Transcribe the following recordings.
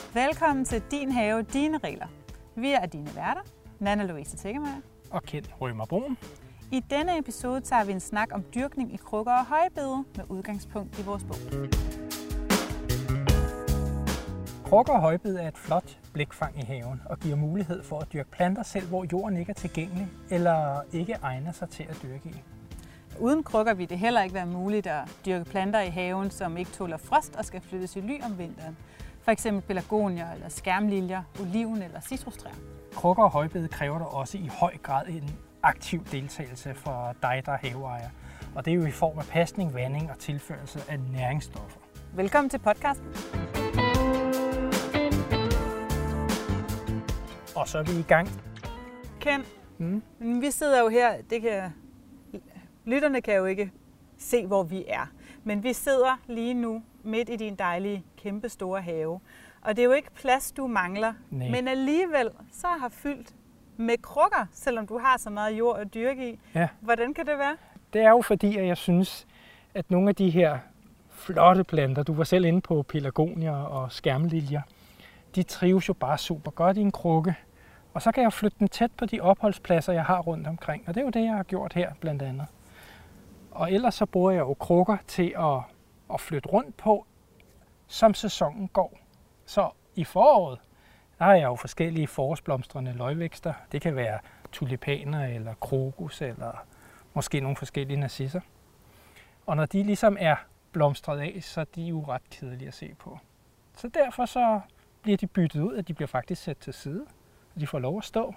Velkommen til Din Have, Dine Regler. Vi er dine værter, Nanna Louise Teggemeier og Kent Rømer Bruun. I denne episode tager vi en snak om dyrkning i krukker og højbede med udgangspunkt i vores bog. Krukker og højbede er et flot blikfang i haven og giver mulighed for at dyrke planter selv, hvor jorden ikke er tilgængelig eller ikke egner sig til at dyrke i. Uden krukker vil det heller ikke være muligt at dyrke planter i haven, som ikke tåler frost og skal flyttes i ly om vinteren. For eksempel pelargonier eller skærmliljer, oliven eller citrustræer. Krukker og højbede kræver der også i høj grad en aktiv deltagelse for dig, der er haveejer. Og det er jo i form af pasning, vanding og tilførsel af næringsstoffer. Velkommen til podcasten. Og så er vi i gang. Ken, vi sidder jo her, lytterne kan jo ikke se, hvor vi er. Men vi sidder lige nu midt i din dejlige, kæmpe store have. Og det er jo ikke plads, du mangler. Nej. Men alligevel så har fyldt med krukker, selvom du har så meget jord at dyrke i. Ja. Hvordan kan det være? Det er jo fordi, at jeg synes, at nogle af de her flotte planter, du var selv inde på pelargonier og skærmliljer, de trives jo bare super godt i en krukke. Og så kan jeg flytte dem tæt på de opholdspladser, jeg har rundt omkring. Og det er jo det, jeg har gjort her blandt andet. Og ellers så bruger jeg jo krukker til at flytte rundt på, som sæsonen går. Så i foråret, der har jeg jo forskellige forårsblomstrende løgvækster. Det kan være tulipaner eller krokus eller måske nogle forskellige narcisser. Og når de ligesom er blomstret af, så er de jo ret kedelige at se på. Så derfor så bliver de byttet ud, og de bliver faktisk sat til side. De får lov at stå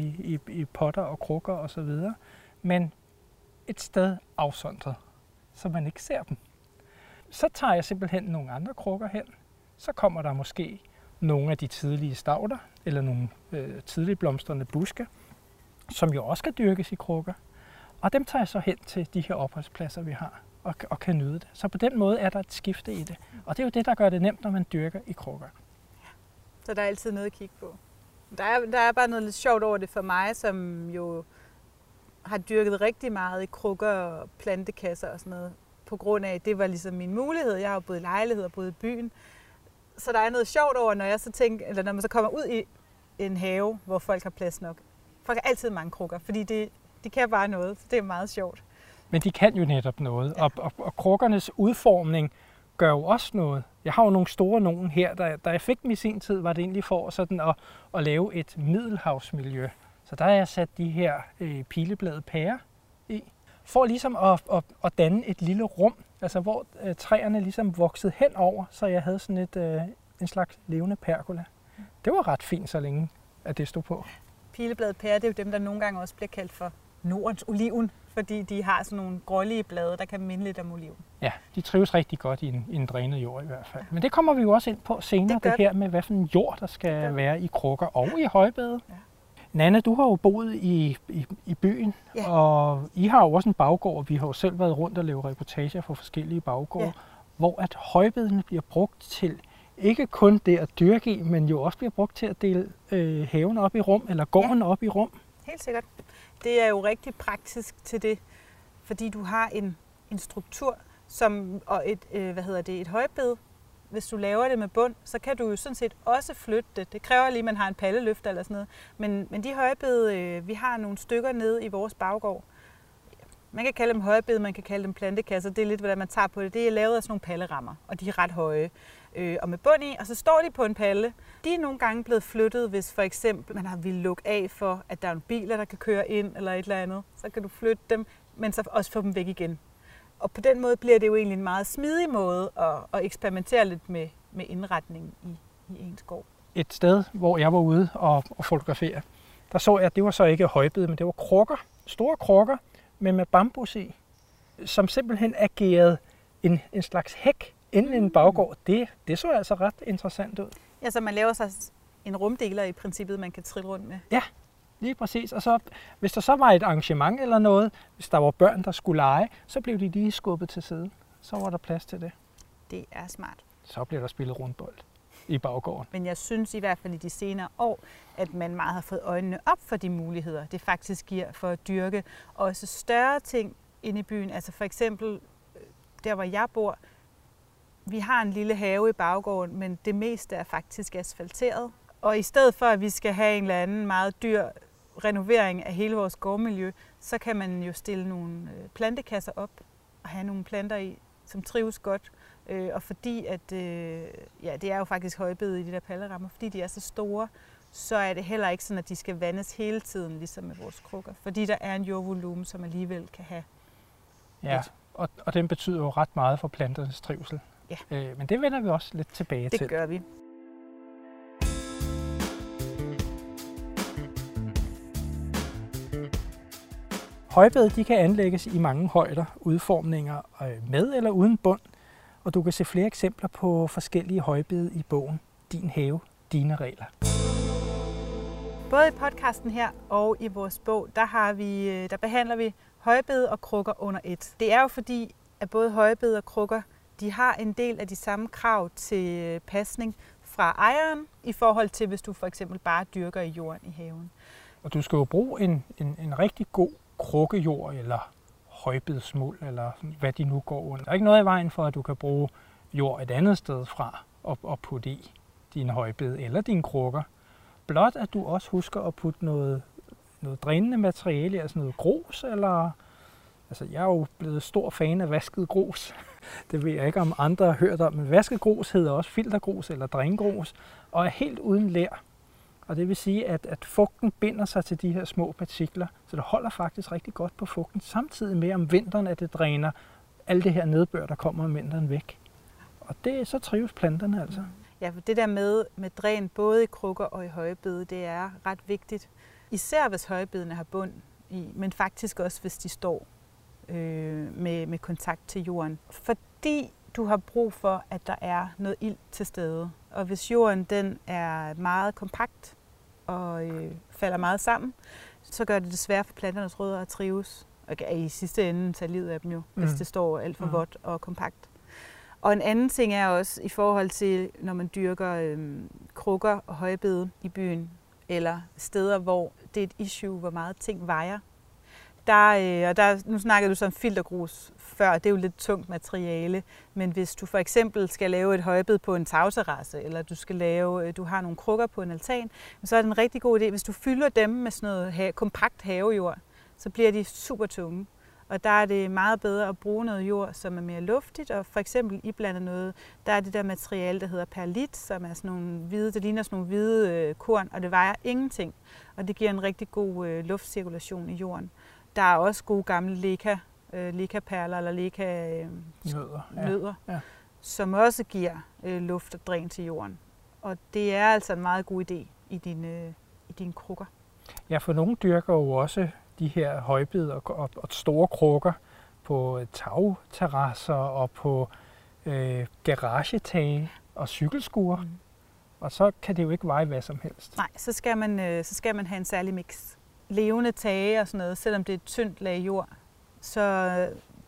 i potter og krukker og så videre. Men et sted afsondret, så man ikke ser dem. Så tager jeg simpelthen nogle andre krukker hen. Så kommer der måske nogle af de tidlige stauder, eller nogle tidlige blomstrende buske, som jo også skal dyrkes i krukker. Og dem tager jeg så hen til de her opholdspladser, vi har, og kan nyde det. Så på den måde er der et skifte i det. Og det er jo det, der gør det nemt, når man dyrker i krukker. Så der er altid noget at kigge på. Der er bare noget lidt sjovt over det for mig, som jo har dyrket rigtig meget i krukker og plantekasser og sådan noget, på grund af, at det var ligesom min mulighed. Jeg har jo boet i lejlighed og boet i byen. Så der er noget sjovt over, når man så kommer ud i en have, hvor folk har plads nok. Folk har altid mange krukker, fordi de kan bare noget, så det er meget sjovt. Men de kan jo netop noget, ja. Og krukkernes udformning gør jo også noget. Jeg har jo nogle store nogen her, da jeg fik dem i sin tid, var det egentlig for sådan at lave et middelhavsmiljø. Så der har jeg sat de her pilebladede pærer i, for ligesom at danne et lille rum, altså hvor træerne ligesom voksede hen over, så jeg havde sådan en slags levende pergola. Det var ret fint, så længe at det stod på. Pilebladet pærer, det er jo dem, der nogle gange også bliver kaldt for Nordens oliven, fordi de har sådan nogle grålige blade, der kan minde lidt om oliven. Ja, de trives rigtig godt i en drænet jord i hvert fald. Men det kommer vi jo også ind på senere, det her med, hvad for en jord, der skal være i krukker og i højbede. Ja. Nanna, du har jo boet i byen, ja. Og I har jo også en baggård. Vi har jo selv været rundt og lavet reportager for forskellige baggårde, ja. Hvor at højbedene bliver brugt til ikke kun det at dyrke i, men jo også bliver brugt til at dele haven op i rum, eller gården op i rum. Helt sikkert. Det er jo rigtig praktisk til det, fordi du har en struktur og et højbed. Hvis du laver det med bund, så kan du jo sådan set også flytte det. Det kræver lige, at man har en palleløfter eller sådan noget. Men de højbede, vi har nogle stykker nede i vores baggård. Man kan kalde dem højbede, man kan kalde dem plantekasser. Det er lidt, hvordan man tager på det. Det er lavet af sådan nogle pallerammer, og de er ret høje. Og med bund i, og så står de på en palle. De er nogle gange blevet flyttet, hvis for eksempel man har ville lukke af for, at der er nogle biler, der kan køre ind eller et eller andet. Så kan du flytte dem, men så også få dem væk igen. Og på den måde bliver det jo egentlig en meget smidig måde at eksperimentere lidt med indretningen i ens gård. Et sted, hvor jeg var ude og fotografere, der så jeg, at det var så ikke højbede, men det var krukker. Store krukker, men med bambus i, som simpelthen agerede en slags hæk inden i en baggård. Det så altså ret interessant ud. Ja, så man laver sig en rumdeler i princippet, man kan trille rundt med. Ja, lige præcis. Og så, hvis der så var et arrangement eller noget, hvis der var børn, der skulle lege, så blev de lige skubbet til side. Så var der plads til det. Det er smart. Så blev der spillet rundbold i baggården. Men jeg synes i hvert fald i de senere år, at man meget har fået øjnene op for de muligheder, det faktisk giver for at dyrke også større ting inde i byen. Altså for eksempel, der hvor jeg bor, Vi har en lille have i baggården, men det meste er faktisk asfalteret. Og i stedet for, at vi skal have en eller anden meget dyr renovering af hele vores gårdmiljø, så kan man jo stille nogle plantekasser op og have nogle planter i, som trives godt. Og fordi at, det er jo faktisk højbede i de der pallerammer, fordi de er så store, så er det heller ikke sådan, at de skal vandes hele tiden, ligesom med vores krukker. Fordi der er en jordvolumen, som alligevel kan have. Ja, og den betyder jo ret meget for planternes trivsel. Ja. Men det vender vi også lidt tilbage til. Det gør vi. Højbede de kan anlægges i mange højder, udformninger med eller uden bund, og du kan se flere eksempler på forskellige højbede i bogen Din have, dine regler. Både i podcasten her og i vores bog, der behandler vi højbede og krukker under et. Det er jo fordi, at både højbede og krukker, de har en del af de samme krav til pasning fra ejeren, i forhold til hvis du for eksempel bare dyrker i jorden i haven. Og du skal jo bruge en rigtig god krukkejord eller højbedsmuld, eller hvad de nu går under. Der er ikke noget i vejen for, at du kan bruge jord et andet sted fra og putte i dine højbede eller dine krukker. Blot at du også husker at putte noget drænende materiale, altså noget grus, eller... Altså, jeg er jo blevet stor fan af vasket grus. Det ved jeg ikke, om andre har hørt om, men vasket grus hedder også filtergrus eller drængrus, og er helt uden ler. Og det vil sige, at fugten binder sig til de her små partikler, så det holder faktisk rigtig godt på fugten, samtidig med om vinteren, at det dræner alt det her nedbør, der kommer om vinteren væk. Og så trives planterne altså. Ja, for det der med dræn både i krukker og i højbede, det er ret vigtigt. Især hvis højbedene har bund i, men faktisk også hvis de står med kontakt til jorden. Fordi du har brug for, at der er noget ilt til stede. Og hvis jorden den er meget kompakt og falder meget sammen, så gør det det svært for planternes rødder at trives. Og kan i sidste ende tage livet af dem jo, hvis det står alt for vådt og kompakt. Og en anden ting er også i forhold til, når man dyrker krukker og højbede i byen, eller steder, hvor det er et issue, hvor meget ting vejer. Nu snakkede du så om filtergrus før, det er jo lidt tungt materiale, men hvis du for eksempel skal lave et højbed på en tagterrasse, eller du har nogle krukker på en altan, så er det en rigtig god idé, hvis du fylder dem med sådan noget kompakt havejord, så bliver de super tunge. Og der er det meget bedre at bruge noget jord, som er mere luftigt, og for eksempel iblandet noget, der er det der materiale, der hedder perlit, som er sådan nogle hvide, det ligner sådan nogle hvide korn, og det vejer ingenting, og det giver en rigtig god luftcirkulation i jorden. Der er også gode gamle leka-perler eller leka-nødder, som også giver luft og dræn til jorden. Og det er altså en meget god idé i dine krukker. Ja, for nogle dyrker jo også de her højbede og store krukker på tagterrasser og på garagetage og cykelskuer. Og så kan det jo ikke veje hvad som helst. Nej, så skal man have en særlig mix. Levende tage og sådan noget, selvom det er et tyndt lag jord, så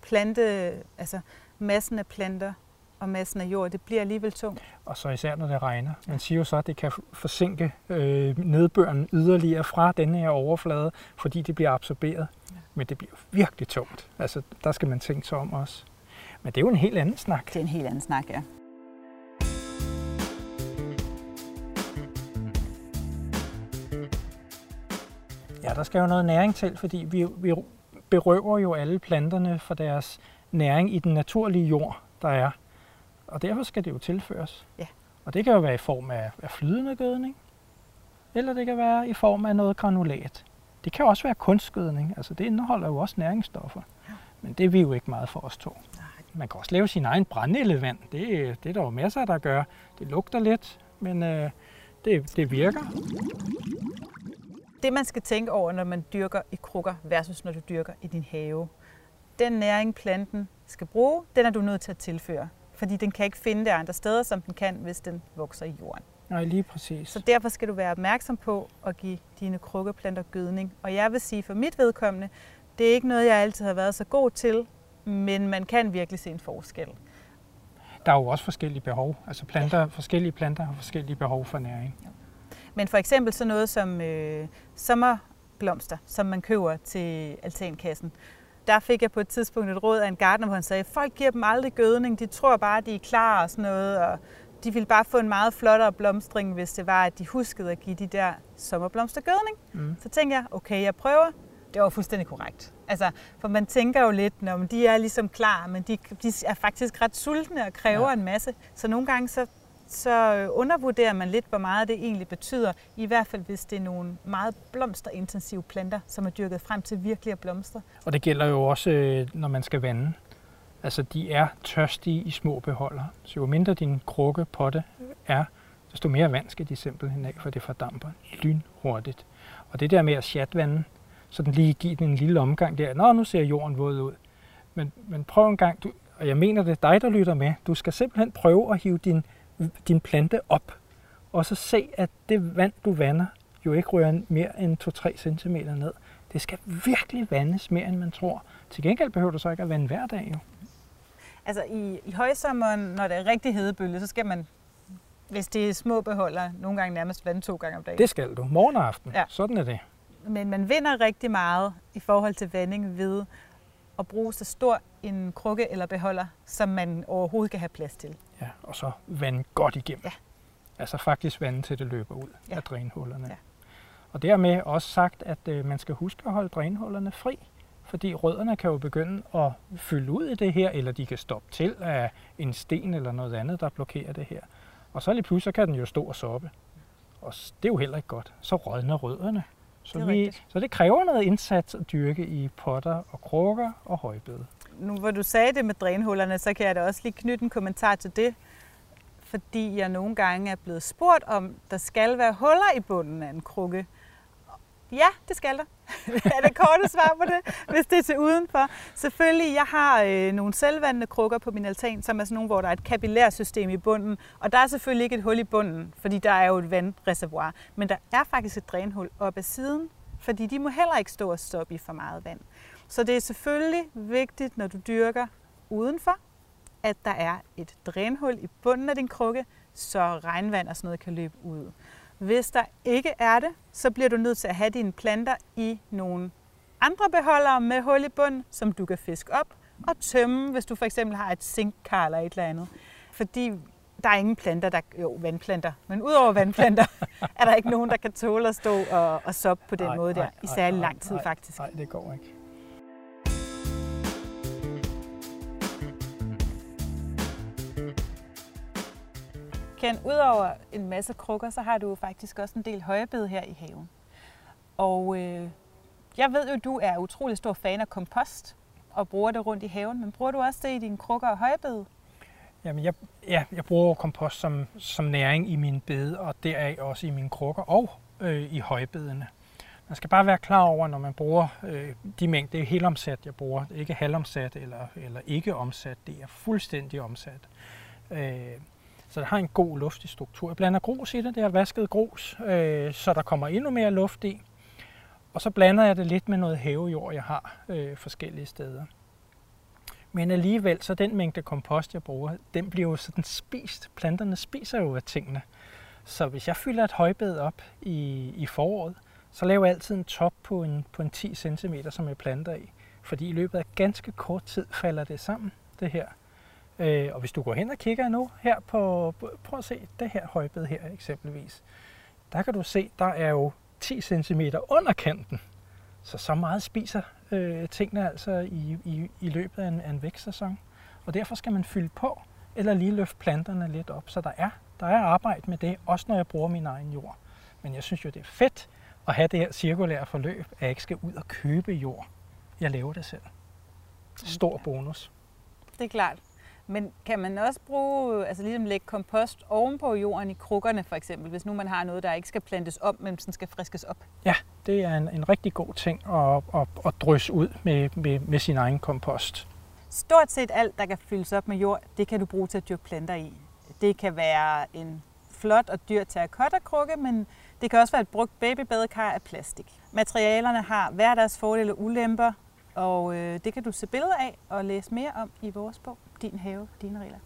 massen af planter og massen af jord, det bliver alligevel tungt. Og så især når det regner. Man siger jo så, at det kan forsinke nedbøren yderligere fra denne her overflade, fordi det bliver absorberet. Ja. Men det bliver virkelig tungt. Altså, der skal man tænke sig om også. Men det er jo en helt anden snak. Det er en helt anden snak, ja. Ja, der skal jo noget næring til, fordi vi berøver jo alle planterne for deres næring i den naturlige jord, der er. Og derfor skal det jo tilføres. Ja. Og det kan jo være i form af flydende gødning, eller det kan være i form af noget granulat. Det kan også være kunstgødning, altså det indeholder jo også næringsstoffer. Ja. Men det er vi jo ikke meget for os to. Nej. Man kan også lave sin egen brændeldevand. Det er der jo masser, der gør. Det lugter lidt, men det virker. Det man skal tænke over, når man dyrker i krukker versus når du dyrker i din have. Den næring planten skal bruge, den er du nødt til at tilføre. Fordi den kan ikke finde det andre steder, som den kan, hvis den vokser i jorden. Nej, lige præcis. Så derfor skal du være opmærksom på at give dine krukkeplanter gødning. Og jeg vil sige for mit vedkommende, det er ikke noget, jeg altid har været så god til, men man kan virkelig se en forskel. Der er jo også forskellige behov. Altså forskellige planter har forskellige behov for næring. Ja. Men for eksempel sådan noget som sommerblomster, som man køber til altankassen, der fik jeg på et tidspunkt et råd af en gartner, hvor han sagde, folk giver dem aldrig gødning, de tror bare, de er klar og sådan noget, og de ville bare få en meget flottere blomstring, hvis det var, at de huskede at give de der sommerblomstergødning. Så tænkte jeg, okay, jeg prøver. Det var fuldstændig korrekt. Altså, for man tænker jo lidt, når de er ligesom klar, men de er faktisk ret sultne og kræver en masse. Så nogle gange så undervurderer man lidt, hvor meget det egentlig betyder. I hvert fald, hvis det er nogle meget blomsterintensive planter, som er dyrket frem til virkelig at blomstre. Og det gælder jo også, når man skal vande. Altså, de er tørstige i små beholdere. Så jo mindre din krukke, potte er, desto mere vand skal de simpelthen af, for det fordamper lynhurtigt. Og det der med at chatvande, så den lige giver den en lille omgang der. Nu ser jorden våd ud. Men prøv en gang, og jeg mener det er dig, der lytter med. Du skal simpelthen prøve at hive din plante op, og så se, at det vand, du vander, jo ikke rører mere end 2-3 cm ned. Det skal virkelig vandes mere, end man tror. Til gengæld behøver du så ikke at vande hver dag, jo. Altså i højsommeren, når det er rigtig hedebølge, så skal man, hvis det er små beholdere, nogle gange nærmest vande 2 gange om dagen. Det skal du. Morgen og aften. Ja. Sådan er det. Men man vinder rigtig meget i forhold til vanding ved at bruge så stor en krukke eller beholder, som man overhovedet kan have plads til. Ja, og så vande godt igennem. Ja. Altså faktisk vande til det løber ud af drænhullerne. Ja. Og dermed også sagt, at man skal huske at holde drænhullerne fri, fordi rødderne kan jo begynde at fylde ud i det her, eller de kan stoppe til af en sten eller noget andet, der blokerer det her. Og så lige pludselig kan den jo stå og soppe. Og det er jo heller ikke godt. Så rådner rødderne. Så det kræver noget indsats at dyrke i potter og krukker og højbede. Nu hvor du sagde det med drænhullerne, så kan jeg da også lige knytte en kommentar til det. Fordi jeg nogle gange er blevet spurgt om, der skal være huller i bunden af en krukke. Ja, det skal der. Er det korte svar på det, hvis det er til udenfor? Selvfølgelig, jeg har nogle selvvandende krukker på min altan, som er sådan nogle, hvor der er et kapillærsystem i bunden. Og der er selvfølgelig ikke et hul i bunden, fordi der er jo et vandreservoir. Men der er faktisk et drænhul oppe ad siden, fordi de må heller ikke stå og stoppe i for meget vand. Så det er selvfølgelig vigtigt, når du dyrker udenfor, at der er et drænhul i bunden af din krukke, så regnvand og sådan noget kan løbe ud. Hvis der ikke er det, så bliver du nødt til at have dine planter i nogle andre beholdere med hul i bunden, som du kan fiske op og tømme, hvis du for eksempel har et sinkkar eller et eller andet. Fordi der er ingen planter, vandplanter, men udover vandplanter, er der ikke nogen, der kan tåle at stå og soppe på den måde der, i særlig lang tid faktisk. Nej, det går ikke. Ken, udover en masse krukker, så har du faktisk også en del højbede her i haven. Og jeg ved jo, du er utrolig stor fan af kompost og bruger det rundt i haven, men bruger du også det i dine krukker og højbede? Jamen, jeg bruger kompost som næring i min bede, og deraf også i mine krukker og i højbedene. Man skal bare være klar over, når man bruger de mængder, det er helomsat, jeg bruger, ikke halvomsat eller ikke omsat, det er fuldstændig omsat. Så det har en god luftig struktur. Jeg blander grus i det, det er vasket grus, så der kommer endnu mere luft i. Og så blander jeg det lidt med noget havejord, jeg har forskellige steder. Men alligevel, så den mængde kompost, jeg bruger, den bliver jo sådan spist. Planterne spiser jo af tingene. Så hvis jeg fylder et højbed op i foråret, så laver jeg altid en top på en 10 cm, som jeg planter i. Fordi i løbet af ganske kort tid falder det sammen, det her. Og hvis du går hen og kigger nu her prøv at se det her højbed her eksempelvis. Der kan du se, der er jo 10 cm under kanten. Så meget spiser tingene altså i løbet af en vækstsæson. Og derfor skal man fylde på, eller lige løfte planterne lidt op. Så der er arbejde med det, også når jeg bruger min egen jord. Men jeg synes jo, det er fedt at have det her cirkulære forløb, at jeg ikke skal ud og købe jord. Jeg laver det selv. Stor bonus. Det er klart. Men kan man også bruge, altså ligesom lægge kompost ovenpå jorden i krukkerne for eksempel, hvis nu man har noget, der ikke skal plantes op, men som skal friskes op? Ja, det er en rigtig god ting at drysse ud med sin egen kompost. Stort set alt, der kan fyldes op med jord, det kan du bruge til at dyrke planter i. Det kan være en flot og dyr terrakottakrukke, men det kan også være et brugt babybadekar af plastik. Materialerne har hver deres fordele og ulemper, og det kan du se billeder af og læse mere om i vores bog, Din have, dine regler.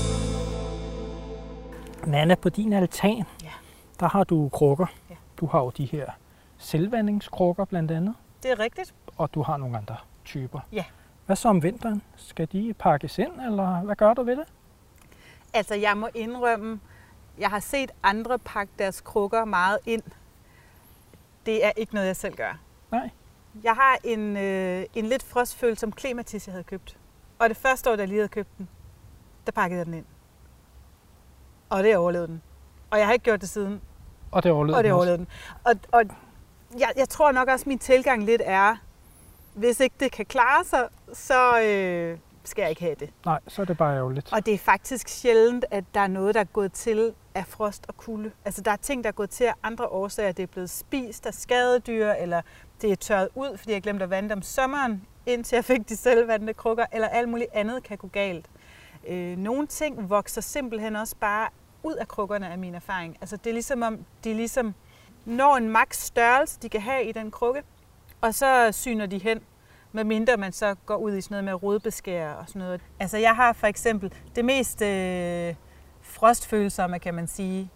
Nanna, på din altan, der har du krukker. Ja. Du har jo de her selvvandingskrukker blandt andet. Det er rigtigt. Og du har nogle andre typer. Ja. Hvad så om vinteren? Skal de pakkes ind, eller hvad gør du ved det? Altså, jeg må indrømme, jeg har set andre pakke deres krukker meget ind. Det er ikke noget, jeg selv gør. Nej. Jeg har en lidt frostfølsom klematis, jeg havde købt. Og det første år, da jeg lige havde købt den, der pakkede jeg den ind. Og det overlevede den. Og jeg har ikke gjort det siden. Og det overlevede den. Og jeg tror nok også, at min tilgang lidt er, hvis ikke det kan klare sig, så skal jeg ikke have det. Nej, så er det bare ærgerligt. Og det er faktisk sjældent, at der er noget, der er gået til af frost og kulde. Altså der er ting, der er gået til af andre årsager. Det er blevet spist af skadedyr, eller det er tørret ud, fordi jeg glemte at vande om sommeren, indtil jeg fik de selvvandende krukker, eller alt muligt andet kan gå galt. Nogle ting vokser simpelthen også bare ud af krukkerne, af min erfaring. Altså det er ligesom om, de ligesom når en maks størrelse, de kan have i den krukke, og så syner de hen, medmindre man så går ud i sådan noget med rodbeskære og sådan noget. Altså jeg har for eksempel det mest frostfølsomme, kan man sige,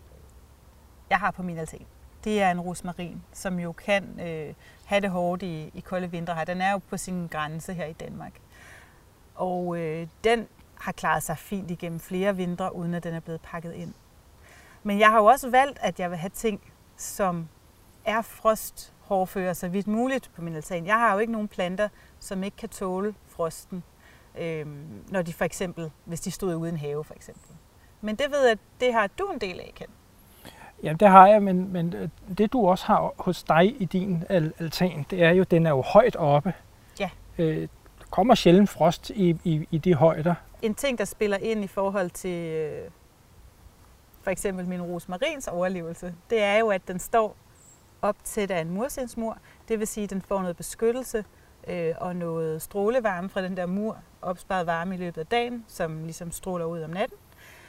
jeg har på min altan. Det er en rosmarin, som jo kan have det hårdt i kolde vintre her. Den er jo på sin grænse her i Danmark. Og den har klaret sig fint igennem flere vintre, uden at den er blevet pakket ind. Men jeg har jo også valgt, at jeg vil have ting, som er frosthårdfører så vidt muligt på min altan. Jeg har jo ikke nogen planter, som ikke kan tåle frosten, når de for eksempel, hvis de stod ude i en have for eksempel. Men det ved jeg, det har du en del af, Ken. Jamen det har jeg, men det du også har hos dig i din altan, det er jo, den er jo højt oppe. Ja. Der kommer sjældent frost i de højder. En ting, der spiller ind i forhold til for eksempel min rosmarins overlevelse, det er jo, at den står op tæt af en murstensmur. Det vil sige, at den får noget beskyttelse og noget strålevarme fra den der mur, opsparet varme i løbet af dagen, som ligesom stråler ud om natten.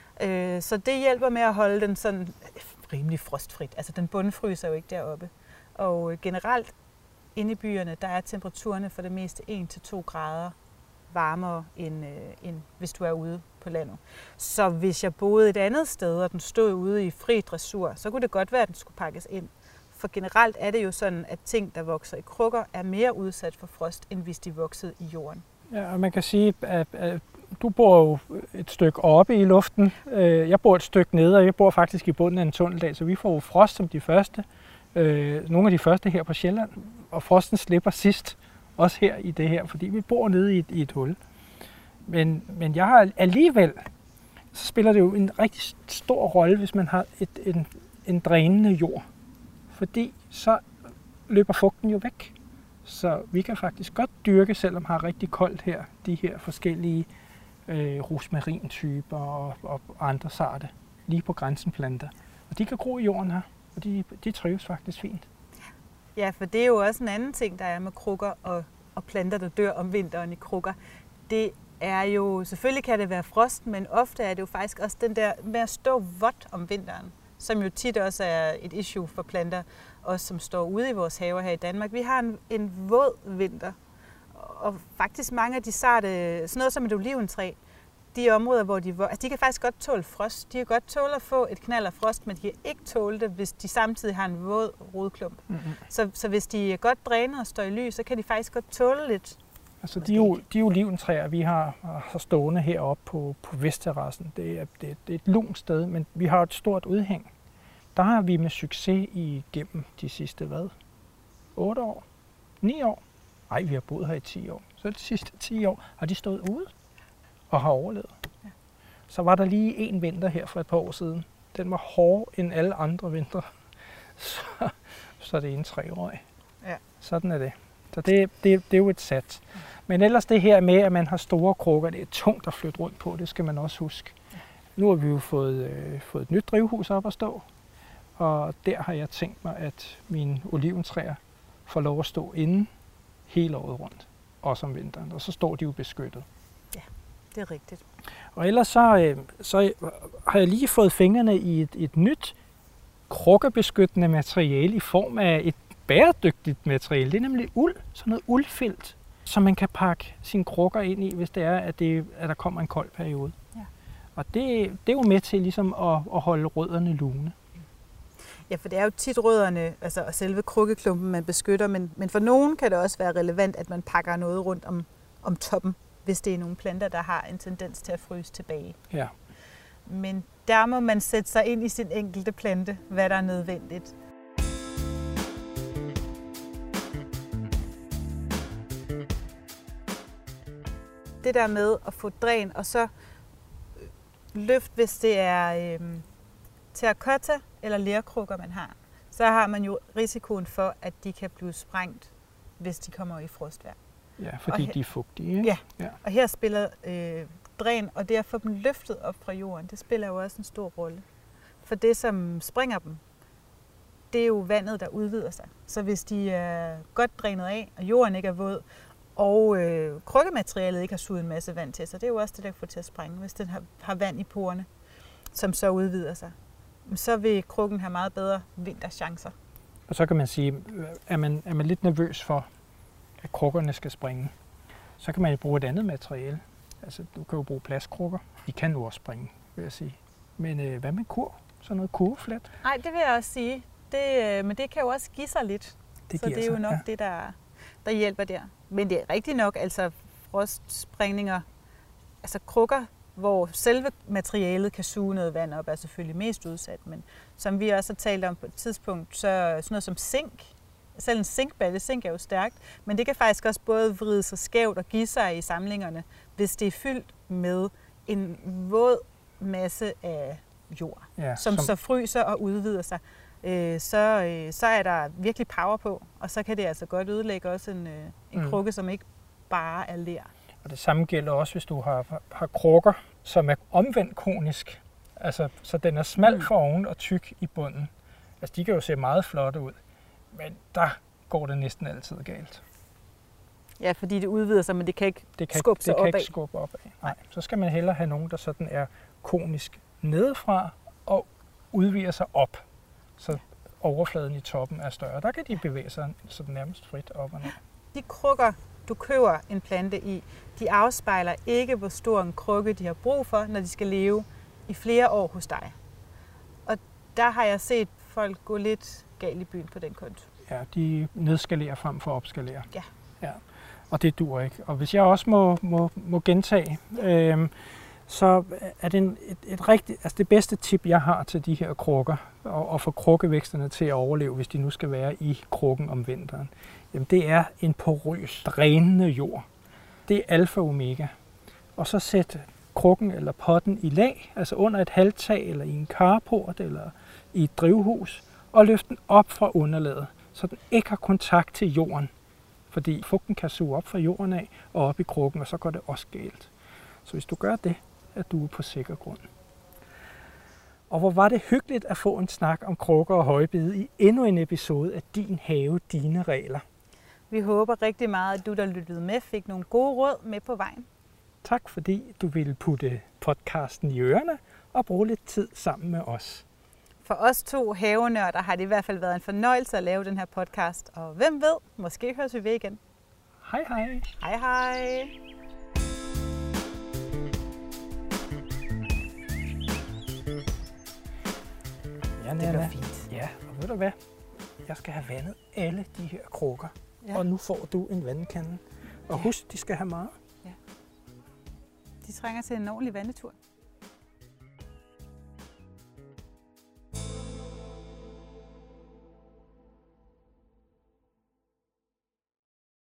Så det hjælper med at holde den sådan rimelig frostfrit. Altså den bundfryser jo ikke deroppe. Og generelt inde i byerne, der er temperaturerne for det meste 1-2 grader varmere end hvis du er ude på landet. Så hvis jeg boede et andet sted, og den stod ude i fri dressur, så kunne det godt være, at den skulle pakkes ind. For generelt er det jo sådan, at ting, der vokser i krukker, er mere udsat for frost, end hvis de voksede i jorden. Ja, og man kan sige, at du bor jo et stykke oppe i luften. Jeg bor et stykke nede, og jeg bor faktisk i bunden af en tunneldal, så vi får jo frost som de første. Nogle af de første her på Sjælland, og frosten slipper sidst, også her i det her, fordi vi bor nede i et hul. Men jeg har alligevel, så spiller det jo en rigtig stor rolle, hvis man har en drænende jord. Fordi så løber fugten jo væk. Så vi kan faktisk godt dyrke, selvom har rigtig koldt her, de her forskellige rosmarintyper og andre sarte, lige på grænsen planter. Og de kan gro i jorden her, og de trives faktisk fint. Ja, for det er jo også en anden ting, der er med krukker og planter, der dør om vinteren i krukker. Det er jo, selvfølgelig kan det være frost, men ofte er det jo faktisk også den der med at stå vådt om vinteren, som jo tit også er et issue for planter, også som står ude i vores haver her i Danmark. Vi har en våd vinter, og faktisk mange af de sarte, sådan noget som et oliventræ, de områder, hvor de kan faktisk godt tåle frost. De kan godt tåle at få et knald af frost, men de kan ikke tåle det, hvis de samtidig har en våd rodklump. Mm-hmm. Så hvis de er godt drænet og står i ly, så kan de faktisk godt tåle lidt. Altså de oliventræer, vi har stående heroppe på Vestterrassen, det er et lunt sted, men vi har et stort udhæng. Der har vi med succes igennem de sidste, 8 år? 9 år? Nej, vi har boet her i 10 år. Så de sidste 10 år har de stået ude og har overlevet. Ja. Så var der lige en vinter her for et par år siden. Den var hårdere end alle andre vintre. Så det er en 3-årig. Ja. Sådan er det. Så det er jo et sats. Men ellers det her med, at man har store krukker, det er tungt at flytte rundt på, det skal man også huske. Nu har vi jo fået et nyt drivhus op at stå, og der har jeg tænkt mig, at mine oliventræer får lov at stå inde hele året rundt, også om vinteren, og så står de jo beskyttet. Ja, det er rigtigt. Og ellers så har jeg lige fået fingrene i et nyt krukkebeskyttende materiale i form af et bæredygtigt materiale. Det er nemlig uld, sådan noget uldfilt, som man kan pakke sine krukker ind i, hvis det er, at der kommer en kold periode. Ja. Og det er jo med til ligesom at holde rødderne lune. Ja, for det er jo tit rødderne, altså selve krukkeklumpen, man beskytter, men for nogen kan det også være relevant, at man pakker noget rundt om toppen, hvis det er nogle planter, der har en tendens til at fryse tilbage. Ja. Men der må man sætte sig ind i sin enkelte plante, hvad der er nødvendigt. Det der med at få dræn, og så løft, hvis det er terracotta eller lerkrukker, man har, så har man jo risikoen for, at de kan blive sprængt, hvis de kommer i frostvejr. Ja, fordi de er fugtige, ikke? Ja. Ja, Og her spiller dræn, og det at få dem løftet op fra jorden, det spiller jo også en stor rolle. For det, som springer dem, det er jo vandet, der udvider sig. Så hvis de er godt drænet af, og jorden ikke er våd, og krykkematerialet ikke har suget en masse vand til sig, det er jo også det, der får til at sprænge, hvis den har vand i porerne, som så udvider sig. Så vil krukken have meget bedre vinterchancer. Og så kan man sige, er man lidt nervøs for, at krukkerne skal springe, så kan man jo bruge et andet materiale. Altså, du kan jo bruge plastkrukker. De kan jo også springe, vil jeg sige. Men hvad med kurv? Så noget kurveflet? Nej, det vil jeg også sige. Men det kan jo også give sig lidt. Så det er jo nok det, der hjælper der. Men det er rigtigt nok, altså frostsprængninger, altså krukker, hvor selve materialet kan suge noget vand op, er selvfølgelig mest udsat. Men som vi også har talt om på et tidspunkt, så sådan noget som zink, selv en zinkballe, zink er jo stærkt, men det kan faktisk også både vride sig skævt og give sig i samlingerne, hvis det er fyldt med en våd masse af jord, som så fryser og udvider sig. Så er der virkelig power på, og så kan det altså godt ødelægge også en krukke, som ikke bare er ler. Og det samme gælder også, hvis du har krukker, som er omvendt konisk. Altså, så den er smal for oven og tyk i bunden. Altså, de kan jo se meget flotte ud, men der går det næsten altid galt. Ja, fordi det udvider sig, men det kan ikke skubbe sig opad. Det kan ikke skubbe opad. Nej, så skal man hellere have nogen, der sådan er konisk nedefra og udvider sig op, så overfladen i toppen er større. Der kan de bevæge sig sådan nærmest frit op og ned. De krukker, du køber en plante i, de afspejler ikke, hvor stor en krukke de har brug for, når de skal leve i flere år hos dig. Og der har jeg set folk gå lidt galt i byen på den konto. Ja, de nedskalerer frem for at opskalere. Ja. Og det dur ikke. Og hvis jeg også må gentage, så er det det bedste tip, jeg har til de her krukker, og få krukkevæksterne til at overleve, hvis de nu skal være i krukken om vinteren, jamen det er en porøs, drænende jord. Det er alfa og omega. Og så sæt krukken eller potten i lag, altså under et halvtag eller i en carport eller i et drivhus, og løft den op fra underlaget, så den ikke har kontakt til jorden. Fordi fugten kan suge op fra jorden af og op i krukken, og så går det også galt. Så hvis du gør det, er du på sikker grund. Og hvor var det hyggeligt at få en snak om krukker og højbede i endnu en episode af Din Have, Dine Regler. Vi håber rigtig meget, at du, der lyttede med, fik nogle gode råd med på vejen. Tak fordi du ville putte podcasten i ørerne og bruge lidt tid sammen med os. For os to havenørder har det i hvert fald været en fornøjelse at lave den her podcast. Og hvem ved, måske høres vi ved igen. Hej hej. Hej hej. Ja, det bliver fint. Ja, og ved du hvad? Jeg skal have vandet alle de her krukker. Ja. Og nu får du en vandkande. Og husk, de skal have meget. Ja. De trænger til en ordentlig vandetur.